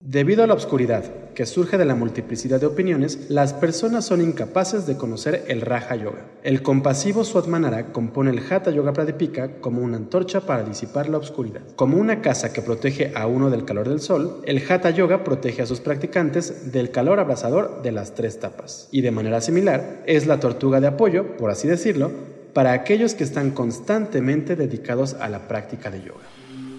Debido a la oscuridad que surge de la multiplicidad de opiniones, las personas son incapaces de conocer el Raja Yoga. El compasivo Swatmanara compone el Hatha Yoga Pradipika como una antorcha para disipar la oscuridad. Como una casa que protege a uno del calor del sol, el Hatha Yoga protege a sus practicantes del calor abrasador de las 3 tapas. Y de manera similar, es la tortuga de apoyo, por así decirlo, para aquellos que están constantemente dedicados a la práctica de yoga.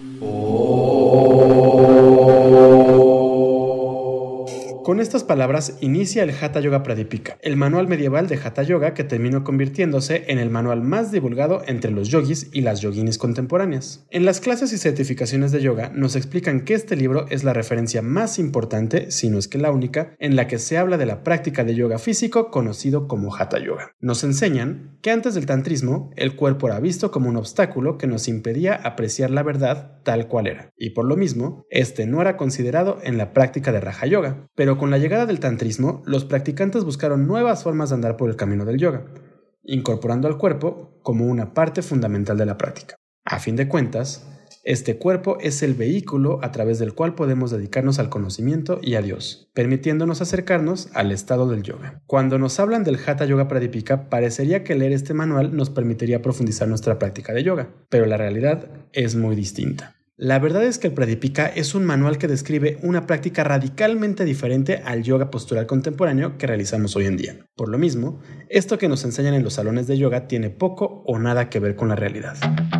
Con estas palabras inicia el Hatha Yoga Pradipika, el manual medieval de Hatha Yoga que terminó convirtiéndose en el manual más divulgado entre los yogis y las yoginis contemporáneas. En las clases y certificaciones de yoga nos explican que este libro es la referencia más importante, si no es que la única, en la que se habla de la práctica de yoga físico conocido como Hatha Yoga. Nos enseñan que antes del tantrismo, el cuerpo era visto como un obstáculo que nos impedía apreciar la verdad tal cual era, y por lo mismo, este no era considerado en la práctica de Raja Yoga. Pero con la llegada del tantrismo, los practicantes buscaron nuevas formas de andar por el camino del yoga, incorporando al cuerpo como una parte fundamental de la práctica. A fin de cuentas, este cuerpo es el vehículo a través del cual podemos dedicarnos al conocimiento y a Dios, permitiéndonos acercarnos al estado del yoga. Cuando nos hablan del Hatha Yoga Pradipika, parecería que leer este manual nos permitiría profundizar nuestra práctica de yoga, pero la realidad es muy distinta. La verdad es que el Pradipika es un manual que describe una práctica radicalmente diferente al yoga postural contemporáneo que realizamos hoy en día. Por lo mismo, esto que nos enseñan en los salones de yoga tiene poco o nada que ver con la realidad.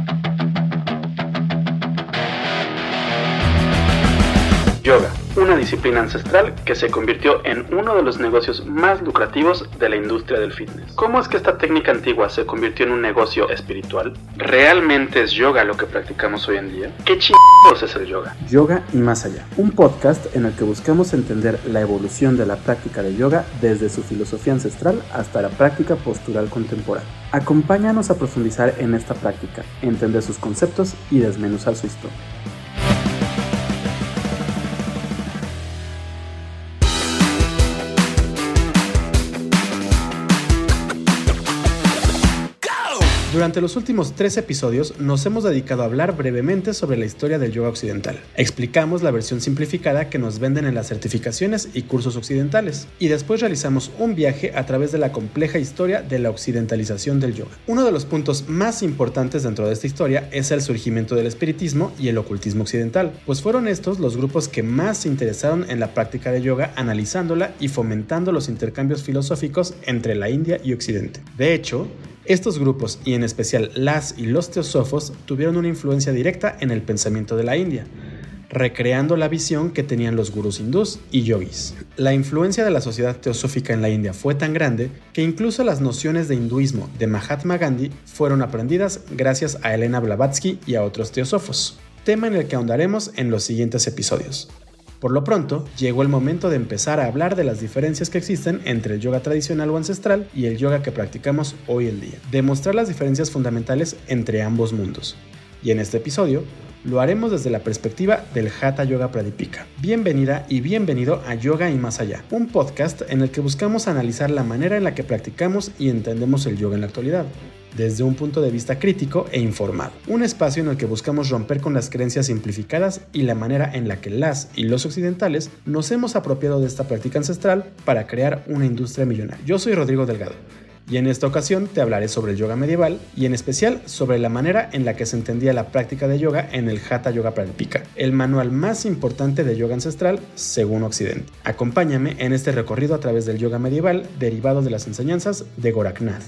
Yoga, una disciplina ancestral que se convirtió en uno de los negocios más lucrativos de la industria del fitness. ¿Cómo es que esta técnica antigua se convirtió en un negocio espiritual? ¿Realmente es yoga lo que practicamos hoy en día? ¿Qué chingados es el yoga? Yoga y más allá, un podcast en el que buscamos entender la evolución de la práctica de yoga desde su filosofía ancestral hasta la práctica postural contemporánea. Acompáñanos a profundizar en esta práctica, entender sus conceptos y desmenuzar su historia. Durante los últimos 3 episodios nos hemos dedicado a hablar brevemente sobre la historia del yoga occidental. Explicamos la versión simplificada que nos venden en las certificaciones y cursos occidentales, y después realizamos un viaje a través de la compleja historia de la occidentalización del yoga. Uno de los puntos más importantes dentro de esta historia es el surgimiento del espiritismo y el ocultismo occidental, pues fueron estos los grupos que más se interesaron en la práctica de yoga, analizándola y fomentando los intercambios filosóficos entre la India y Occidente. De hecho, estos grupos, y en especial las y los teósofos, tuvieron una influencia directa en el pensamiento de la India, recreando la visión que tenían los gurús hindús y yogis. La influencia de la sociedad teosófica en la India fue tan grande que incluso las nociones de hinduismo de Mahatma Gandhi fueron aprendidas gracias a Elena Blavatsky y a otros teósofos, tema en el que ahondaremos en los siguientes episodios. Por lo pronto, llegó el momento de empezar a hablar de las diferencias que existen entre el yoga tradicional o ancestral y el yoga que practicamos hoy en día, demostrar las diferencias fundamentales entre ambos mundos. Y en este episodio, lo haremos desde la perspectiva del Hatha Yoga Pradipika. Bienvenida y bienvenido a Yoga y Más Allá, un podcast en el que buscamos analizar la manera en la que practicamos y entendemos el yoga en la actualidad, desde un punto de vista crítico e informado. Un espacio en el que buscamos romper con las creencias simplificadas y la manera en la que las y los occidentales nos hemos apropiado de esta práctica ancestral para crear una industria millonaria. Yo soy Rodrigo Delgado, y en esta ocasión te hablaré sobre el yoga medieval y en especial sobre la manera en la que se entendía la práctica de yoga en el Hatha Yoga Pradipika, el manual más importante de yoga ancestral según Occidente. Acompáñame en este recorrido a través del yoga medieval derivado de las enseñanzas de Goraknath.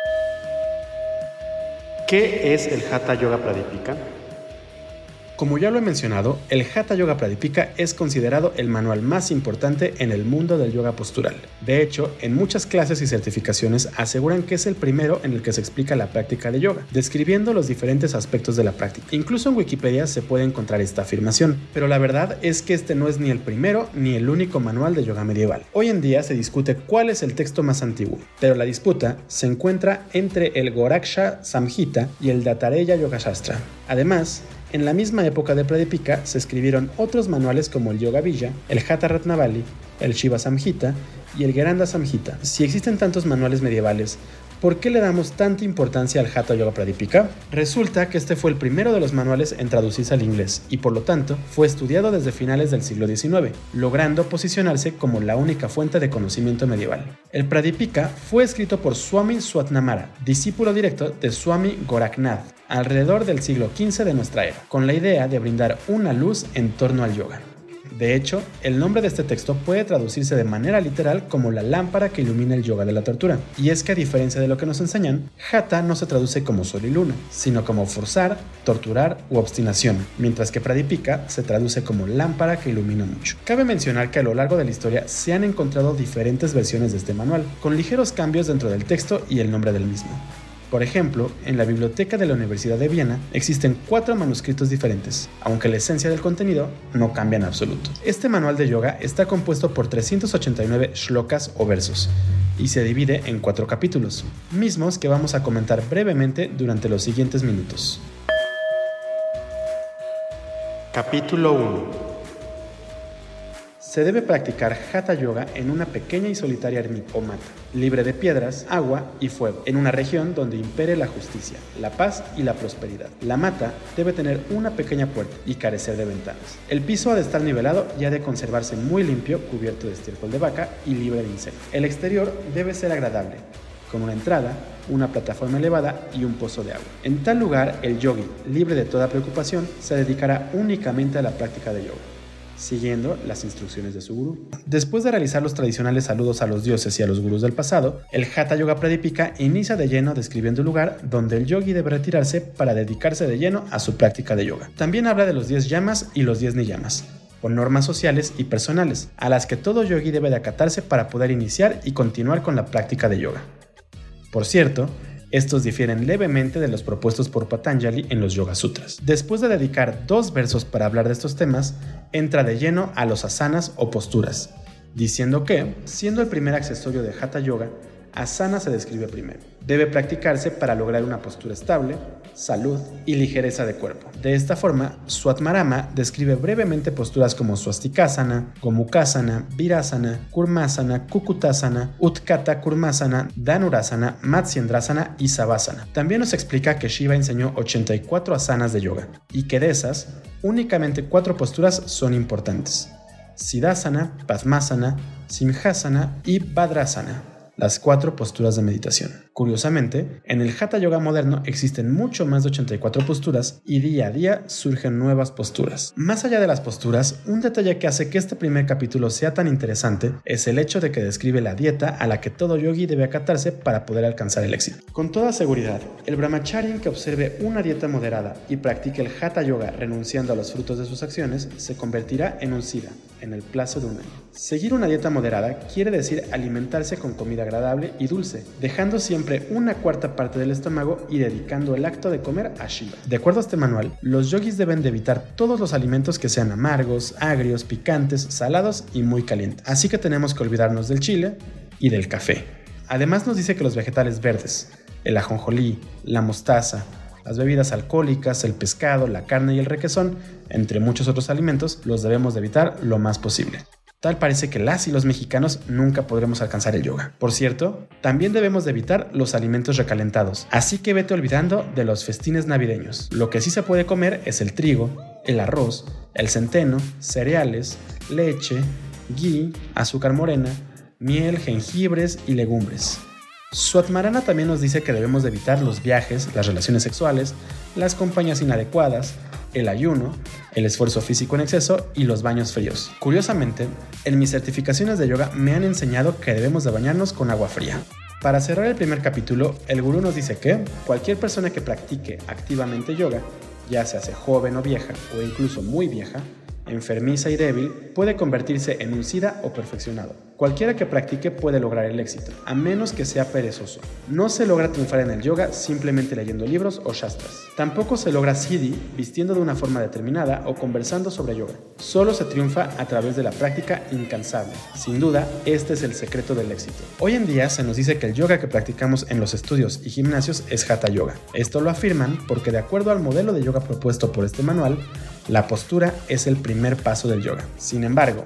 ¿Qué es el Hatha Yoga Pradipika? Como ya lo he mencionado, el Hatha Yoga Pradipika es considerado el manual más importante en el mundo del yoga postural. De hecho, en muchas clases y certificaciones aseguran que es el primero en el que se explica la práctica de yoga, describiendo los diferentes aspectos de la práctica. Incluso en Wikipedia se puede encontrar esta afirmación, pero la verdad es que este no es ni el primero ni el único manual de yoga medieval. Hoy en día se discute cuál es el texto más antiguo, pero la disputa se encuentra entre el Goraksha Samhita y el Dattareya Yoga Shastra. Además, en la misma época de Pradipika se escribieron otros manuales como el Yoga Villa, el Hatha Ratnavali, el Shiva Samhita y el Gheranda Samhita. Si existen tantos manuales medievales, ¿Por qué le damos tanta importancia al Hatha Yoga Pradipika? Resulta que este fue el primero de los manuales en traducirse al inglés y por lo tanto fue estudiado desde finales del siglo XIX, logrando posicionarse como la única fuente de conocimiento medieval. El Pradipika fue escrito por Swami Swatnamara, discípulo directo de Swami Goraknath, alrededor del siglo XV de nuestra era, con la idea de brindar una luz en torno al yoga. De hecho, el nombre de este texto puede traducirse de manera literal como la lámpara que ilumina el yoga de la tortura. Y es que a diferencia de lo que nos enseñan, Hatha no se traduce como sol y luna, sino como forzar, torturar u obstinación, mientras que Pradipika se traduce como lámpara que ilumina mucho. Cabe mencionar que a lo largo de la historia se han encontrado diferentes versiones de este manual, con ligeros cambios dentro del texto y el nombre del mismo. Por ejemplo, en la biblioteca de la Universidad de Viena existen 4 manuscritos diferentes, aunque la esencia del contenido no cambia en absoluto. Este manual de yoga está compuesto por 389 shlokas o versos y se divide en 4 capítulos, mismos que vamos a comentar brevemente durante los siguientes minutos. Capítulo 1. Se debe practicar Hatha Yoga en una pequeña y solitaria ermita o mata, libre de piedras, agua y fuego, en una región donde impere la justicia, la paz y la prosperidad. La mata debe tener una pequeña puerta y carecer de ventanas. El piso ha de estar nivelado y ha de conservarse muy limpio, cubierto de estiércol de vaca y libre de insectos. El exterior debe ser agradable, con una entrada, una plataforma elevada y un pozo de agua. En tal lugar, el yogi, libre de toda preocupación, se dedicará únicamente a la práctica de yoga, siguiendo las instrucciones de su gurú. Después de realizar los tradicionales saludos a los dioses y a los gurús del pasado, el Hatha Yoga Pradipika inicia de lleno describiendo el lugar donde el yogi debe retirarse para dedicarse de lleno a su práctica de yoga. También habla de los 10 yamas y los 10 niyamas, con normas sociales y personales, a las que todo yogi debe de acatarse para poder iniciar y continuar con la práctica de yoga. Por cierto, estos difieren levemente de los propuestos por Patanjali en los Yoga Sutras. Después de dedicar 2 versos para hablar de estos temas, entra de lleno a los asanas o posturas, diciendo que, siendo el primer accesorio de Hatha Yoga, asana se describe primero. Debe practicarse para lograr una postura estable, salud y ligereza de cuerpo. De esta forma, Swatmarama describe brevemente posturas como Swastikasana, Gomukhasana, Virasana, Kurmasana, Kukutasana, Utkata Kurmasana, Dhanurasana, Matsyendrasana y Savasana. También nos explica que Shiva enseñó 84 asanas de yoga y que de esas, únicamente 4 posturas son importantes: Siddhasana, Padmasana, Simhasana y Bhadrasana, las 4 posturas de meditación. Curiosamente, en el Hatha Yoga moderno existen mucho más de 84 posturas y día a día surgen nuevas posturas. Más allá de las posturas, un detalle que hace que este primer capítulo sea tan interesante es el hecho de que describe la dieta a la que todo yogi debe acatarse para poder alcanzar el éxito. Con toda seguridad, el brahmachari que observe una dieta moderada y practique el Hatha Yoga renunciando a los frutos de sus acciones se convertirá en un siddha en el plazo de un año. Seguir una dieta moderada quiere decir alimentarse con comida agradable y dulce, dejando siempre una cuarta parte del estómago y dedicando el acto de comer a Shiva. De acuerdo a este manual, los yogis deben de evitar todos los alimentos que sean amargos, agrios, picantes, salados y muy calientes. Así que tenemos que olvidarnos del chile y del café. Además nos dice que los vegetales verdes, el ajonjolí, la mostaza, las bebidas alcohólicas, el pescado, la carne y el requesón, entre muchos otros alimentos, los debemos de evitar lo más posible. Tal parece que las y los mexicanos nunca podremos alcanzar el yoga. Por cierto, también debemos de evitar los alimentos recalentados, así que vete olvidando de los festines navideños. Lo que sí se puede comer es el trigo, el arroz, el centeno, cereales, leche, ghee, azúcar morena, miel, jengibres y legumbres. Swatmarana también nos dice que debemos de evitar los viajes, las relaciones sexuales, las compañías inadecuadas, el ayuno, el esfuerzo físico en exceso y los baños fríos. Curiosamente, en mis certificaciones de yoga me han enseñado que debemos de bañarnos con agua fría. Para cerrar el primer capítulo, el gurú nos dice que cualquier persona que practique activamente yoga, ya sea joven o vieja o incluso muy vieja, enfermiza y débil, puede convertirse en un siddha o perfeccionado. Cualquiera que practique puede lograr el éxito, a menos que sea perezoso. No se logra triunfar en el yoga simplemente leyendo libros o shastras. Tampoco se logra siddhi vistiendo de una forma determinada o conversando sobre yoga. Solo se triunfa a través de la práctica incansable. Sin duda, este es el secreto del éxito. Hoy en día se nos dice que el yoga que practicamos en los estudios y gimnasios es Hatha Yoga. Esto lo afirman porque de acuerdo al modelo de yoga propuesto por este manual, la postura es el primer paso del yoga. Sin embargo,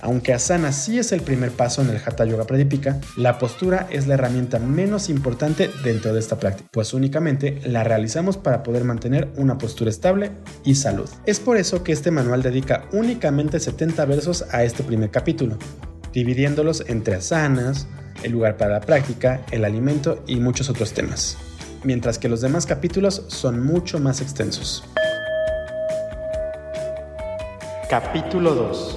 Aunque asana sí es el primer paso en el Hatha Yoga Pradipika, la postura es la herramienta menos importante dentro de esta práctica, pues únicamente la realizamos para poder mantener una postura estable y salud. Es por eso que este manual dedica únicamente 70 versos a este primer capítulo, dividiéndolos entre asanas, el lugar para la práctica, el alimento y muchos otros temas, mientras que los demás capítulos son mucho más extensos. Capítulo 2.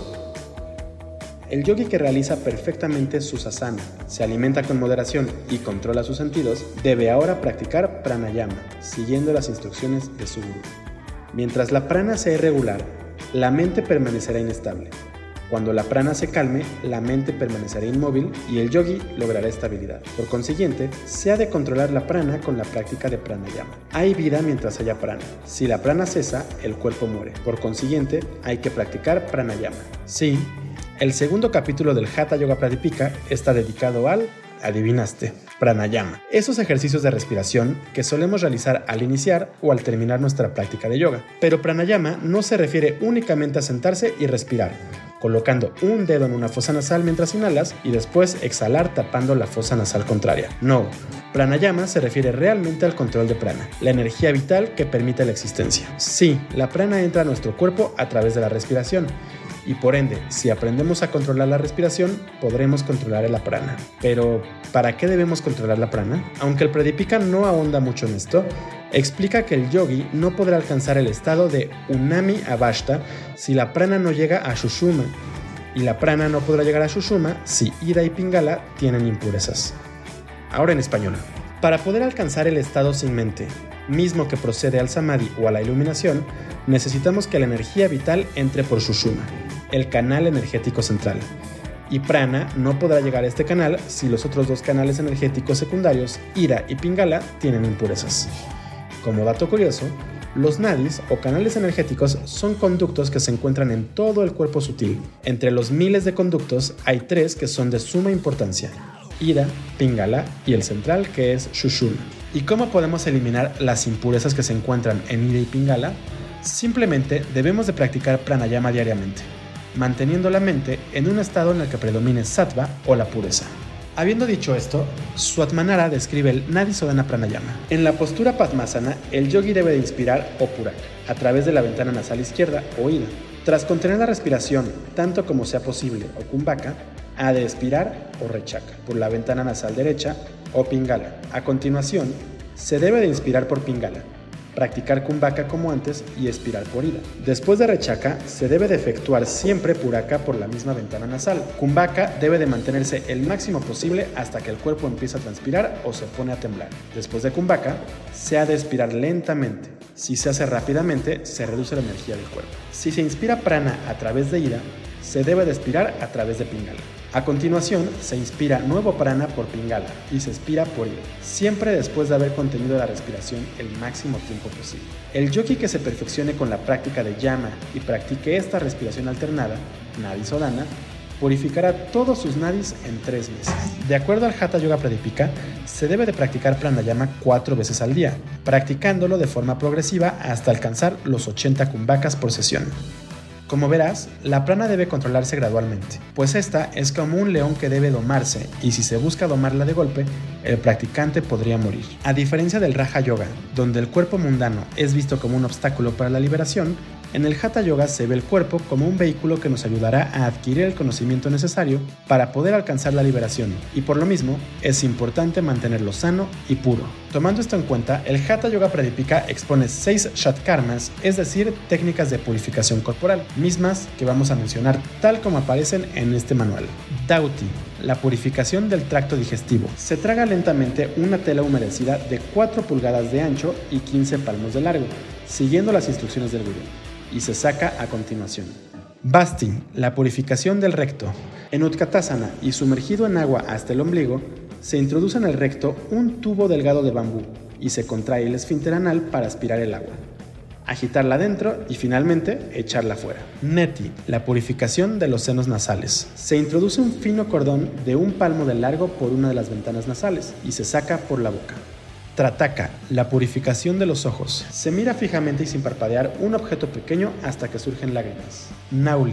El yogi que realiza perfectamente su asana, se alimenta con moderación y controla sus sentidos, debe ahora practicar pranayama, siguiendo las instrucciones de su gurú. Mientras la prana sea irregular, la mente permanecerá inestable. Cuando la prana se calme, la mente permanecerá inmóvil y el yogi logrará estabilidad. Por consiguiente, se ha de controlar la prana con la práctica de pranayama. Hay vida mientras haya prana. Si la prana cesa, el cuerpo muere. Por consiguiente, hay que practicar pranayama. Sí, el segundo capítulo del Hatha Yoga Pradipika está dedicado al, adivinaste, pranayama. Esos ejercicios de respiración que solemos realizar al iniciar o al terminar nuestra práctica de yoga. Pero pranayama no se refiere únicamente a sentarse y respirar, colocando un dedo en una fosa nasal mientras inhalas y después exhalar tapando la fosa nasal contraria. No, pranayama se refiere realmente al control de prana, la energía vital que permite la existencia. Sí, la prana entra a nuestro cuerpo a través de la respiración, y por ende, si aprendemos a controlar la respiración, podremos controlar la prana. Pero, ¿para qué debemos controlar la prana? Aunque el Pradipika no ahonda mucho en esto, explica que el yogi no podrá alcanzar el estado de Unami Avashta si la prana no llega a Shushuma, y la prana no podrá llegar a Shushuma si Ida y Pingala tienen impurezas. Ahora en español. Para poder alcanzar el estado sin mente, mismo que procede al Samadhi o a la iluminación, necesitamos que la energía vital entre por Shushuma, el canal energético central. Y prana no podrá llegar a este canal si los otros dos canales energéticos secundarios, Ida y Pingala, tienen impurezas. Como dato curioso, los nadis o canales energéticos son conductos que se encuentran en todo el cuerpo sutil. Entre los miles de conductos hay 3 que son de suma importancia: Ida, Pingala y el central, que es Shushuma. ¿Y cómo podemos eliminar las impurezas que se encuentran en Ida y Pingala? Simplemente debemos de practicar pranayama diariamente, manteniendo la mente en un estado en el que predomine sattva o la pureza. Habiendo dicho esto, Swatmanara describe el Nadi Sodhana Pranayama. En la postura Padmasana, el yogi debe de inspirar o puraka a través de la ventana nasal izquierda o Ida. Tras contener la respiración, tanto como sea posible, o Kumbhaka, ha de expirar o rechaka por la ventana nasal derecha o Pingala. A continuación, se debe de inspirar por Pingala, practicar Kumbhaka como antes y expirar por Ida. Después de rechaka, se debe de efectuar siempre puraka por la misma ventana nasal. Kumbhaka debe de mantenerse el máximo posible hasta que el cuerpo empieza a transpirar o se pone a temblar. Después de Kumbhaka, se ha de expirar lentamente. Si se hace rápidamente, se reduce la energía del cuerpo. Si se inspira prana a través de Ida, se debe de expirar a través de Pingala. A continuación, se inspira nuevo prana por Pingala y se expira por Ida, siempre después de haber contenido la respiración el máximo tiempo posible. El yogi que se perfeccione con la práctica de yama y practique esta respiración alternada, Nadi Sodhana, purificará todos sus nadis en 3 meses. De acuerdo al Hatha Yoga Pradipika, se debe de practicar pranayama 4 veces al día, practicándolo de forma progresiva hasta alcanzar los 80 kumbhakas por sesión. Como verás, la prana debe controlarse gradualmente, pues esta es como un león que debe domarse, y si se busca domarla de golpe, el practicante podría morir. A diferencia del Raja Yoga, donde el cuerpo mundano es visto como un obstáculo para la liberación, en el Hatha Yoga se ve el cuerpo como un vehículo que nos ayudará a adquirir el conocimiento necesario para poder alcanzar la liberación, y por lo mismo es importante mantenerlo sano y puro. Tomando esto en cuenta, el Hatha Yoga Pradipika expone 6 shatkarmas, es decir, técnicas de purificación corporal, mismas que vamos a mencionar tal como aparecen en este manual. Dhauti, la purificación del tracto digestivo. Se traga lentamente una tela humedecida de 4 pulgadas de ancho y 15 palmos de largo, siguiendo las instrucciones del gurú, y se saca a continuación. Basti, la purificación del recto. En Utkatasana y sumergido en agua hasta el ombligo, se introduce en el recto un tubo delgado de bambú y se contrae el esfínter anal para aspirar el agua, agitarla dentro y finalmente echarla fuera. Neti, la purificación de los senos nasales. Se introduce un fino cordón de 1 palmo de largo por una de las ventanas nasales y se saca por la boca. Trataka, la purificación de los ojos. Se mira fijamente y sin parpadear un objeto pequeño hasta que surgen lágrimas. Nauli,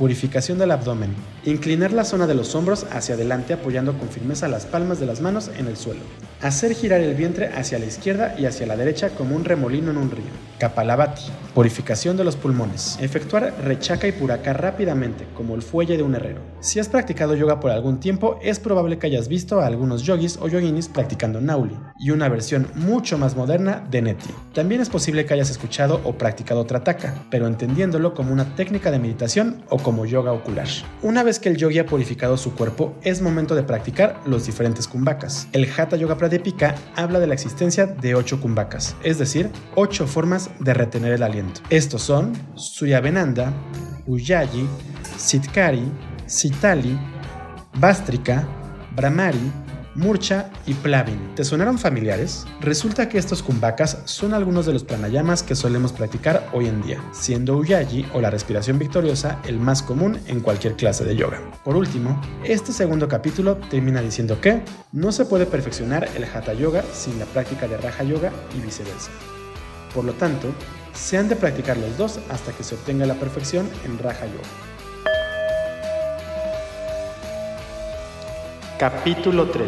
purificación del abdomen. Inclinar la zona de los hombros hacia adelante apoyando con firmeza las palmas de las manos en el suelo. Hacer girar el vientre hacia la izquierda y hacia la derecha como un remolino en un río. Kapalabhati, purificación de los pulmones. Efectuar rechaka y puraka rápidamente, como el fuelle de un herrero. Si has practicado yoga por algún tiempo, es probable que hayas visto a algunos yogis o yoginis practicando Nauli, y una versión mucho más moderna de Neti. También es posible que hayas escuchado o practicado Trataka, pero entendiéndolo como una técnica de meditación o como yoga ocular. Una vez que el yogi ha purificado su cuerpo, es momento de practicar los diferentes kumbhakas. El Hatha Yoga Pradipika habla de la existencia de 8 kumbhakas, es decir, 8 formas de retener el aliento. Estos son Suryavenanda, Ujjayi, Sitkari, Sitali, Vastrika, Brahmari, Murcha y Plavin. ¿Te sonaron familiares? Resulta que estos kumbhakas son algunos de los pranayamas que solemos practicar hoy en día, siendo Ujjayi o la respiración victoriosa el más común en cualquier clase de yoga. Por último, este segundo capítulo termina diciendo que no se puede perfeccionar el Hatha Yoga sin la práctica de Raja Yoga y viceversa. Por lo tanto, se han de practicar los dos hasta que se obtenga la perfección en Raja Yoga. Capítulo 3.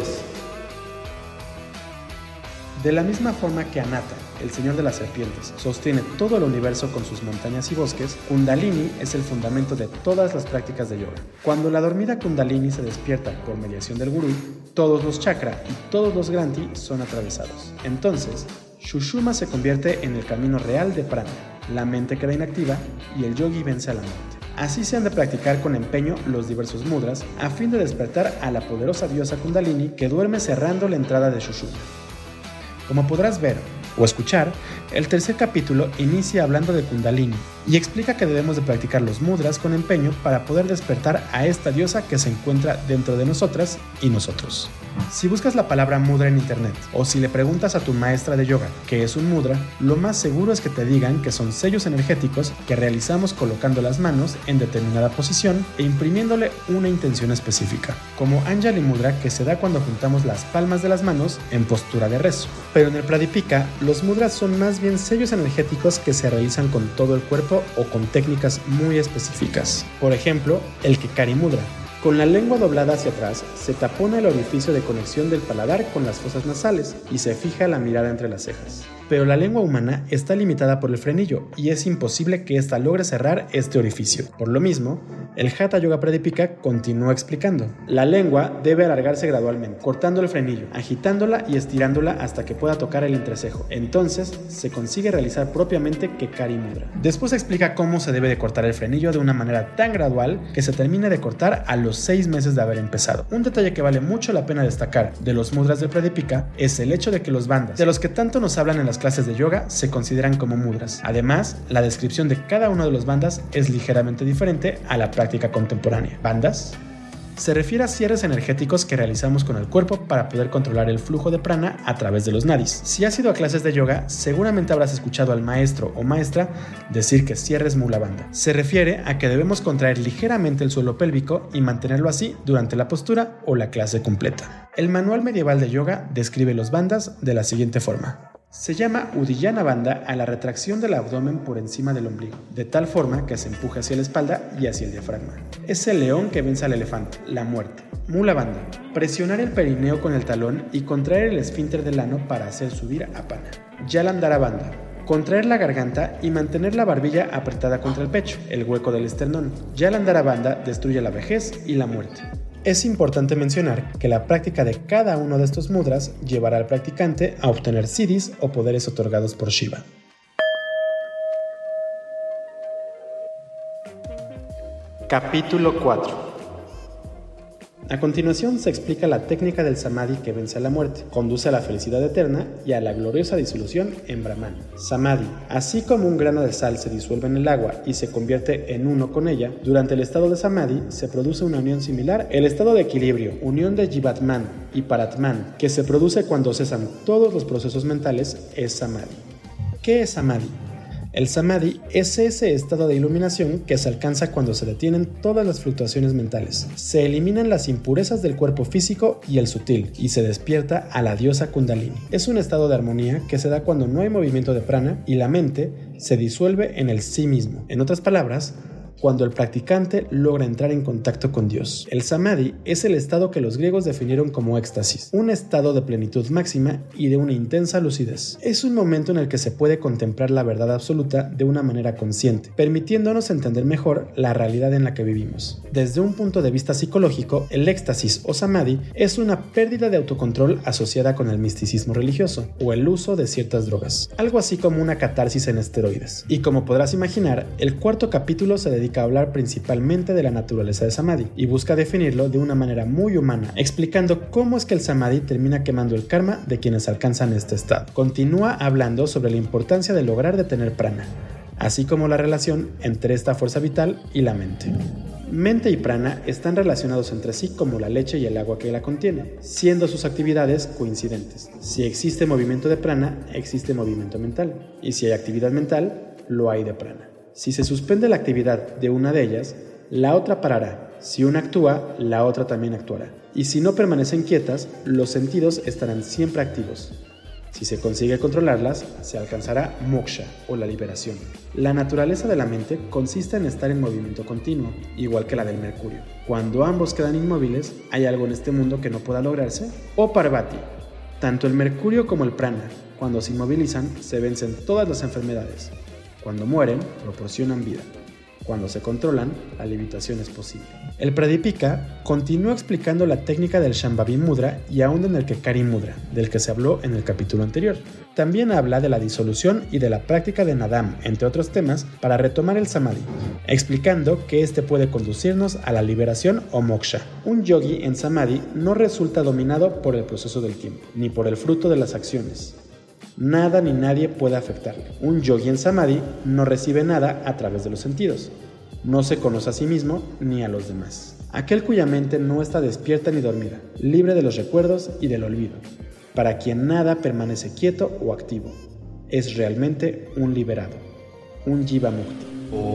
De la misma forma que Anata, el señor de las serpientes, sostiene todo el universo con sus montañas y bosques, Kundalini es el fundamento de todas las prácticas de yoga. Cuando la dormida Kundalini se despierta por mediación del gurú, todos los chakra y todos los granthi son atravesados. Entonces, Shushuma se convierte en el camino real de prana, la mente queda inactiva y el yogi vence a la muerte. Así se han de practicar con empeño los diversos mudras a fin de despertar a la poderosa diosa Kundalini que duerme cerrando la entrada de Shushuma. Como podrás ver o escuchar, el tercer capítulo inicia hablando de Kundalini y explica que debemos de practicar los mudras con empeño para poder despertar a esta diosa que se encuentra dentro de nosotras y nosotros. Si buscas la palabra mudra en internet o si le preguntas a tu maestra de yoga qué es un mudra, lo más seguro es que te digan que son sellos energéticos que realizamos colocando las manos en determinada posición e imprimiéndole una intención específica, como Anjali Mudra que se da cuando juntamos las palmas de las manos en postura de rezo. Pero en el Pradipika, los mudras son más bien sellos energéticos que se realizan con todo el cuerpo o con técnicas muy específicas. Por ejemplo, el Kekari Mudra. Con la lengua doblada hacia atrás, se tapona el orificio de conexión del paladar con las fosas nasales y se fija la mirada entre las cejas. Pero la lengua humana está limitada por el frenillo y es imposible que ésta logre cerrar este orificio. Por lo mismo, el Hatha Yoga Pradipika continúa explicando. La lengua debe alargarse gradualmente, cortando el frenillo, agitándola y estirándola hasta que pueda tocar el entrecejo. Entonces, se consigue realizar propiamente Kekari Mudra. Después explica cómo se debe de cortar el frenillo de una manera tan gradual que se termine de cortar a los 6 meses de haber empezado. Un detalle que vale mucho la pena destacar de los mudras del Pradipika es el hecho de que los bandhas, de los que tanto nos hablan en las clases de yoga, se consideran como mudras. Además, la descripción de cada uno de los bandhas es ligeramente diferente a la práctica contemporánea. ¿Bandhas? Se refiere a cierres energéticos que realizamos con el cuerpo para poder controlar el flujo de prana a través de los nadis. Si has ido a clases de yoga, seguramente habrás escuchado al maestro o maestra decir que cierres Mula Bandha. Se refiere a que debemos contraer ligeramente el suelo pélvico y mantenerlo así durante la postura o la clase completa. El manual medieval de yoga describe los bandhas de la siguiente forma. Se llama Uddiyana Bandha a la retracción del abdomen por encima del ombligo, de tal forma que se empuje hacia la espalda y hacia el diafragma. Es el león que vence al elefante, la muerte. Mula Bandha, presionar el perineo con el talón y contraer el esfínter del ano para hacer subir a Apana. Jalandhara Bandha, contraer la garganta y mantener la barbilla apretada contra el pecho, el hueco del esternón. Jalandhara Bandha destruye la vejez y la muerte. Es importante mencionar que la práctica de cada uno de estos mudras llevará al practicante a obtener siddhis o poderes otorgados por Shiva. Capítulo 4. A continuación se explica la técnica del samadhi que vence a la muerte, conduce a la felicidad eterna y a la gloriosa disolución en Brahman. Samadhi, así como un grano de sal se disuelve en el agua y se convierte en uno con ella, durante el estado de samadhi se produce una unión similar, el estado de equilibrio, unión de Jivatman y Paratman, que se produce cuando cesan todos los procesos mentales, es samadhi. ¿Qué es samadhi? El samadhi es ese estado de iluminación que se alcanza cuando se detienen todas las fluctuaciones mentales, se eliminan las impurezas del cuerpo físico y el sutil, y se despierta a la diosa Kundalini. Es un estado de armonía que se da cuando no hay movimiento de prana y la mente se disuelve en el sí mismo. En otras palabras, cuando el practicante logra entrar en contacto con Dios. El samadhi es el estado que los griegos definieron como éxtasis, un estado de plenitud máxima y de una intensa lucidez. Es un momento en el que se puede contemplar la verdad absoluta de una manera consciente, permitiéndonos entender mejor la realidad en la que vivimos. Desde un punto de vista psicológico, el éxtasis o samadhi es una pérdida de autocontrol asociada con el misticismo religioso o el uso de ciertas drogas, algo así como una catarsis en esteroides. Y como podrás imaginar, el cuarto capítulo se dedica a hablar principalmente de la naturaleza de samadhi y busca definirlo de una manera muy humana, explicando cómo es que el samadhi termina quemando el karma de quienes alcanzan este estado. Continúa hablando sobre la importancia de lograr detener prana, así como la relación entre esta fuerza vital y la mente. Mente y prana están relacionados entre sí como la leche y el agua que la contiene, siendo sus actividades coincidentes. Si existe movimiento de prana, existe movimiento mental, y si hay actividad mental, lo hay de prana. Si se suspende la actividad de una de ellas, la otra parará. Si una actúa, la otra también actuará. Y si no permanecen quietas, los sentidos estarán siempre activos. Si se consigue controlarlas, se alcanzará moksha o la liberación. La naturaleza de la mente consiste en estar en movimiento continuo, igual que la del mercurio. Cuando ambos quedan inmóviles, ¿hay algo en este mundo que no pueda lograrse? O Parvati, tanto el mercurio como el prana, cuando se inmovilizan, se vencen todas las enfermedades. Cuando mueren, proporcionan vida. Cuando se controlan, la levitación es posible. El Pradipika continúa explicando la técnica del Shambhavi Mudra y aún el Kekari Mudra, del que se habló en el capítulo anterior. También habla de la disolución y de la práctica de Nadam, entre otros temas, para retomar el Samadhi, explicando que este puede conducirnos a la liberación o moksha. Un yogi en Samadhi no resulta dominado por el proceso del tiempo, ni por el fruto de las acciones. Nada ni nadie puede afectarle. Un yogi en samadhi no recibe nada a través de los sentidos. No se conoce a sí mismo ni a los demás. Aquel cuya mente no está despierta ni dormida, libre de los recuerdos y del olvido, para quien nada permanece quieto o activo, es realmente un liberado, un Jiva Mukti.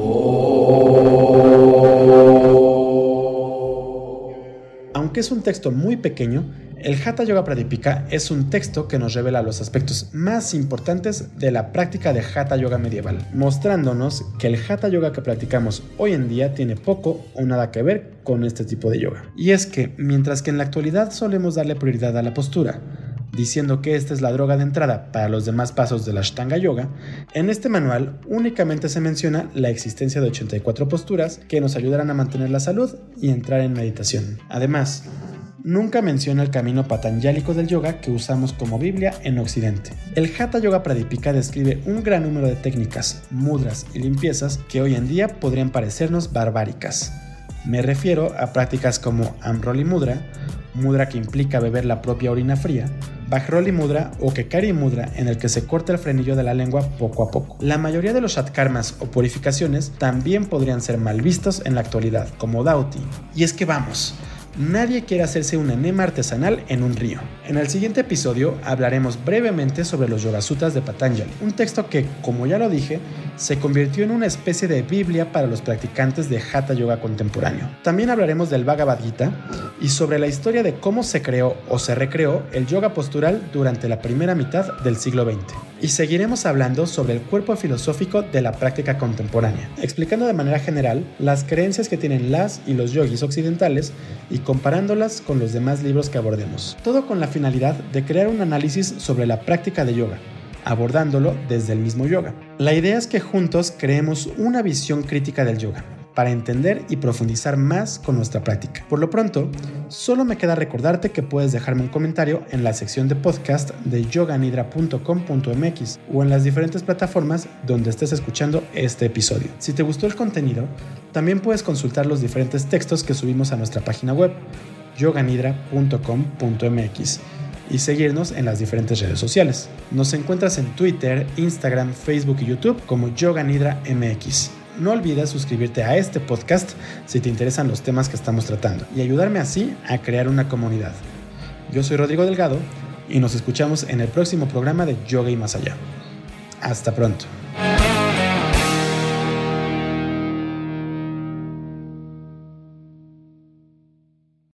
Aunque es un texto muy pequeño, el Hatha Yoga Pradipika es un texto que nos revela los aspectos más importantes de la práctica de Hatha Yoga medieval, mostrándonos que el Hatha Yoga que practicamos hoy en día tiene poco o nada que ver con este tipo de yoga. Y es que, mientras que en la actualidad solemos darle prioridad a la postura, diciendo que esta es la droga de entrada para los demás pasos de la Ashtanga Yoga, en este manual únicamente se menciona la existencia de 84 posturas que nos ayudarán a mantener la salud y entrar en meditación. Además, nunca menciona el camino patanjálico del yoga que usamos como Biblia en Occidente. El Hatha Yoga Pradipika describe un gran número de técnicas, mudras y limpiezas que hoy en día podrían parecernos barbáricas. Me refiero a prácticas como Amroli Mudra, mudra que implica beber la propia orina fría, Vajroli Mudra o Kekari Mudra, en el que se corta el frenillo de la lengua poco a poco. La mayoría de los shatkarmas o purificaciones también podrían ser mal vistos en la actualidad, como Dhauti. Y es que vamos, nadie quiere hacerse un enema artesanal en un río. En el siguiente episodio hablaremos brevemente sobre los Yoga Sutras de Patanjali, un texto que, como ya lo dije, se convirtió en una especie de Biblia para los practicantes de Hatha Yoga contemporáneo. También hablaremos del Bhagavad Gita y sobre la historia de cómo se creó o se recreó el yoga postural durante la primera mitad del siglo XX. Y seguiremos hablando sobre el cuerpo filosófico de la práctica contemporánea, explicando de manera general las creencias que tienen las y los yogis occidentales y comparándolas con los demás libros que abordemos. Todo con la finalidad de crear un análisis sobre la práctica de yoga, abordándolo desde el mismo yoga. La idea es que juntos creemos una visión crítica del yoga, para entender y profundizar más con nuestra práctica. Por lo pronto, solo me queda recordarte que puedes dejarme un comentario en la sección de podcast de yoganidra.com.mx o en las diferentes plataformas donde estés escuchando este episodio. Si te gustó el contenido, también puedes consultar los diferentes textos que subimos a nuestra página web, yoganidra.com.mx, y seguirnos en las diferentes redes sociales. Nos encuentras en Twitter, Instagram, Facebook y YouTube como Yoganidra MX. No olvides suscribirte a este podcast si te interesan los temas que estamos tratando y ayudarme así a crear una comunidad. Yo soy Rodrigo Delgado y nos escuchamos en el próximo programa de Yoga y Más Allá. Hasta pronto.